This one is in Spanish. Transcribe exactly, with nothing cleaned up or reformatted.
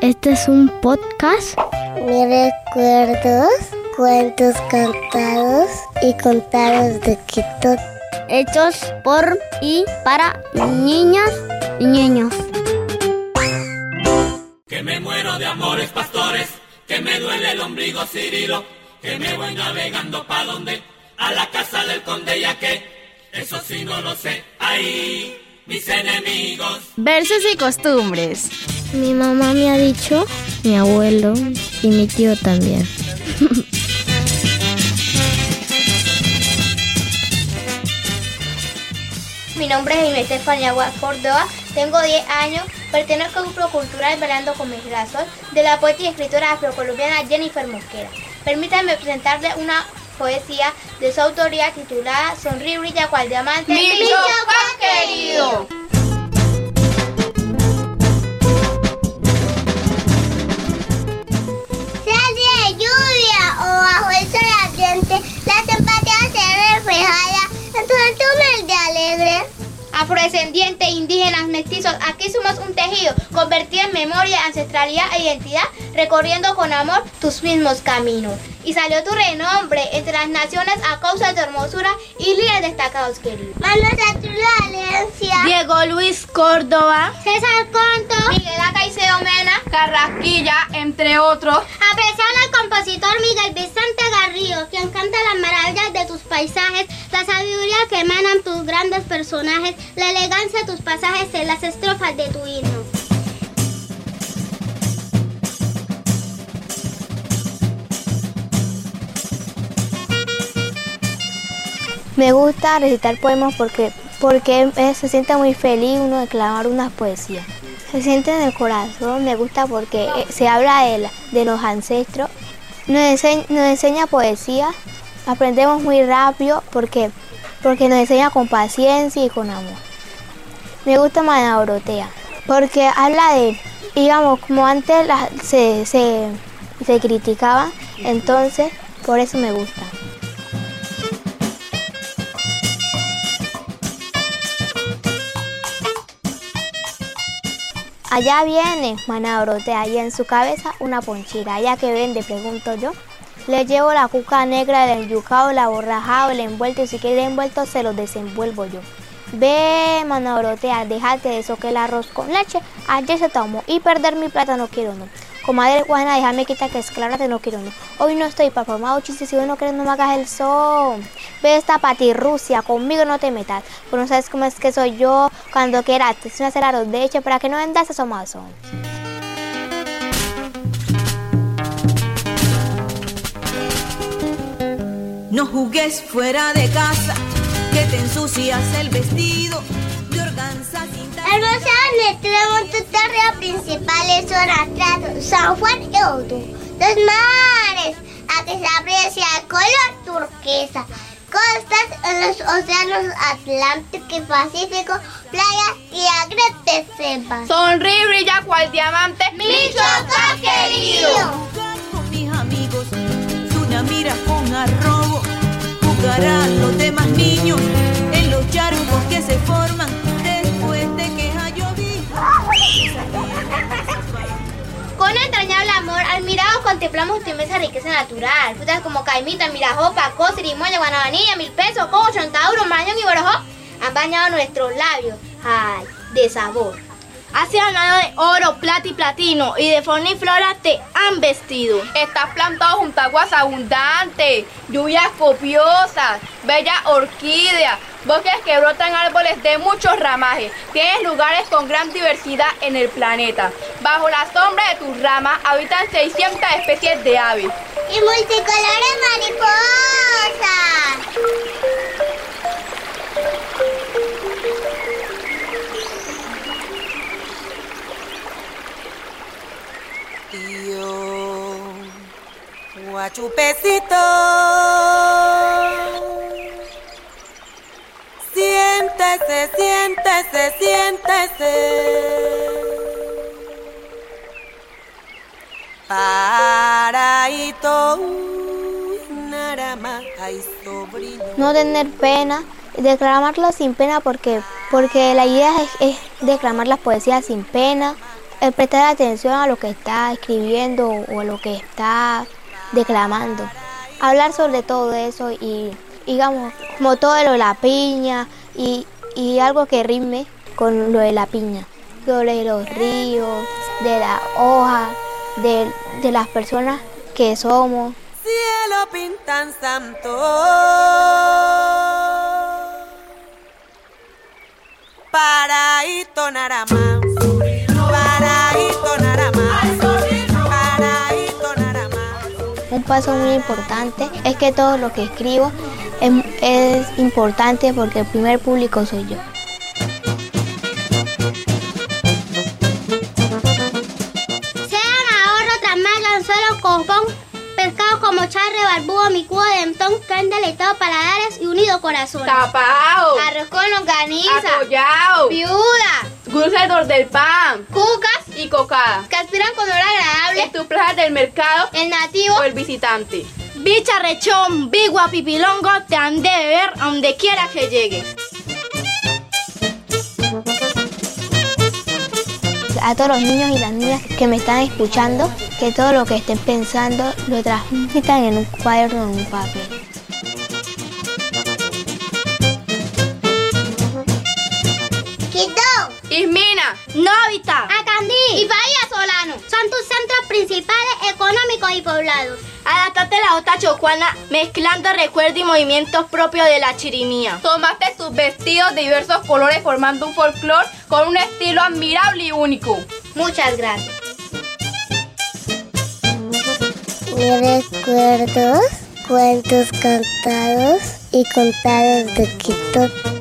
Este es un podcast. Mis recuerdos, cuentos cantados y contados de Quito. Hechos por y para niñas y niños. Que me muero de amores pastores, que me duele el ombligo Cirilo, que me voy navegando pa' donde, a la casa del conde, ya que, eso sí no lo sé, ahí, mis enemigos. Versos y costumbres. Mi mamá me ha dicho, mi abuelo y mi tío también. Mi nombre es Inés Estefania Córdoba, tengo diez años, pertenezco al grupo cultural Velando con mis brazos de la poeta y escritora afrocolombiana Jennifer Mosquera. Permítanme presentarle una poesía de su autoría titulada Sonríe, brilla cual diamante, mi choco querido. Sea día de lluvia o bajo el sol ardiente, la simpatía se reflejada en tu entusiasmo de alegre. Afrodescendientes, indígenas, mestizos, aquí somos un tejido, convertido en memoria, ancestralidad e identidad, recorriendo con amor tus mismos caminos. Y salió tu renombre entre las naciones a causa de tu hermosura y líderes destacados queridos. Manos a tu Valencia, Diego Luis Córdoba, César Conto, Miguel Caicedo Mena, Carrasquilla, entre otros. aprecian al compositor Miguel Vicente Garrido, quien canta las maravillas de tus paisajes, la sabiduría que emanan tus grandes personajes, la elegancia de tus pasajes en las estrofas de tu himno. Me gusta recitar poemas porque, porque eh, se siente muy feliz uno declamar unas poesías. Se siente en el corazón, me gusta porque eh, se habla de, la, de los ancestros. Nos enseña, nos enseña poesía, aprendemos muy rápido porque, porque nos enseña con paciencia y con amor. Me gusta Mana Dorotea porque habla de, digamos, como antes la, se, se, se criticaban, entonces por eso me gusta. Allá viene Mana Dorotea y en su cabeza una ponchera. Allá que vende, pregunto yo. Le llevo la cuca negra, el enyucado, la borrajado, el envuelto y si quiere envuelto se lo desenvuelvo yo. Ve, Mana Dorotea, déjate de eso que el arroz con leche ayer se tomó y perder mi plata no quiero no. Comadre Juana, déjame quitar que es clara, te no quiero no. Hoy no estoy para formar chistes, si vos no quieres no me hagas el son. Ve esta patirrucia, conmigo no te metas. Pues no sabes cómo es que soy yo, cuando quieras te sin hacer arroz de leche para que no vendas eso más son. No jugues fuera de casa, que te ensucias el vestido de organza sin tal. El museo tenemos tus áreas principales son Atrato, San Juan y Otú. Los mares, a que se aprecia el color turquesa. Costas en los océanos Atlántico y Pacífico, playas y agrestes cepas. Sonríe, brilla cual diamante, mi choco querido. Con mis amigos, una mira con arrobo, jugarán los demás niños en los charcos que se forman después de que ha llovido. Con entrañable amor, admirados contemplamos tu inmensa riqueza natural. Frutas como caimita, mirajo, paco, cirimoya, guanabanilla, mil pesos, coco, chontauro, marañón y borojó han bañado nuestros labios, ay, de sabor. Has ganado de oro, plata y platino y de fauna y flora te han vestido. Estás plantado junto a aguas abundantes, lluvias copiosas, bellas orquídeas, bosques que brotan árboles de muchos ramajes. Tienes lugares con gran diversidad en el planeta. Bajo la sombra de tus ramas habitan seiscientas especies de aves. Y multicolores mariposas. Tío, guachupecito, siéntese, siéntese, siéntese. Paraíto, narama, ay sobrino. No tener pena, declamarlo sin pena porque, porque la idea es, es declamar las poesías sin pena, el prestar atención a lo que está escribiendo o a lo que está declamando. Hablar sobre todo eso y, digamos, como todo lo de la piña y, y algo que rime con lo de la piña. Sobre los ríos, de la hoja, de, de las personas que somos. Cielo pintan santo, Paraíto Naramá, Paraíto Naramá, Paraíto Naramá. Un paso muy importante es que todo lo que escribo es, es importante porque el primer público soy yo. Sean ahorro tras más anzuelo copón, pescado como charre, barbudo, micudo, dentón, que han deleitado paladares y unido corazones. Tapao, Arroz con longaniza, atollao, viuda, dulce del pan cucas, y cocada. que aspiran con olor agradable, Es tu plaza del mercado el nativo, o el visitante. bicha rechón, bigua, pipilongo, te han de beber a donde quiera que llegues. A todos los niños y las niñas que me están escuchando, que todo lo que estén pensando lo transmitan en un cuaderno o en un papel. Quito, Ismina, Novita, Acandí y Bahía Solano. son tus centros principales económicos y poblados. adaptaste la otra chocuana mezclando recuerdos y movimientos propios de la chirimía. Tomaste tus vestidos de diversos colores formando un folclore con un estilo admirable y único. Muchas gracias. Mis recuerdos, cuentos cantados y contados de Quito.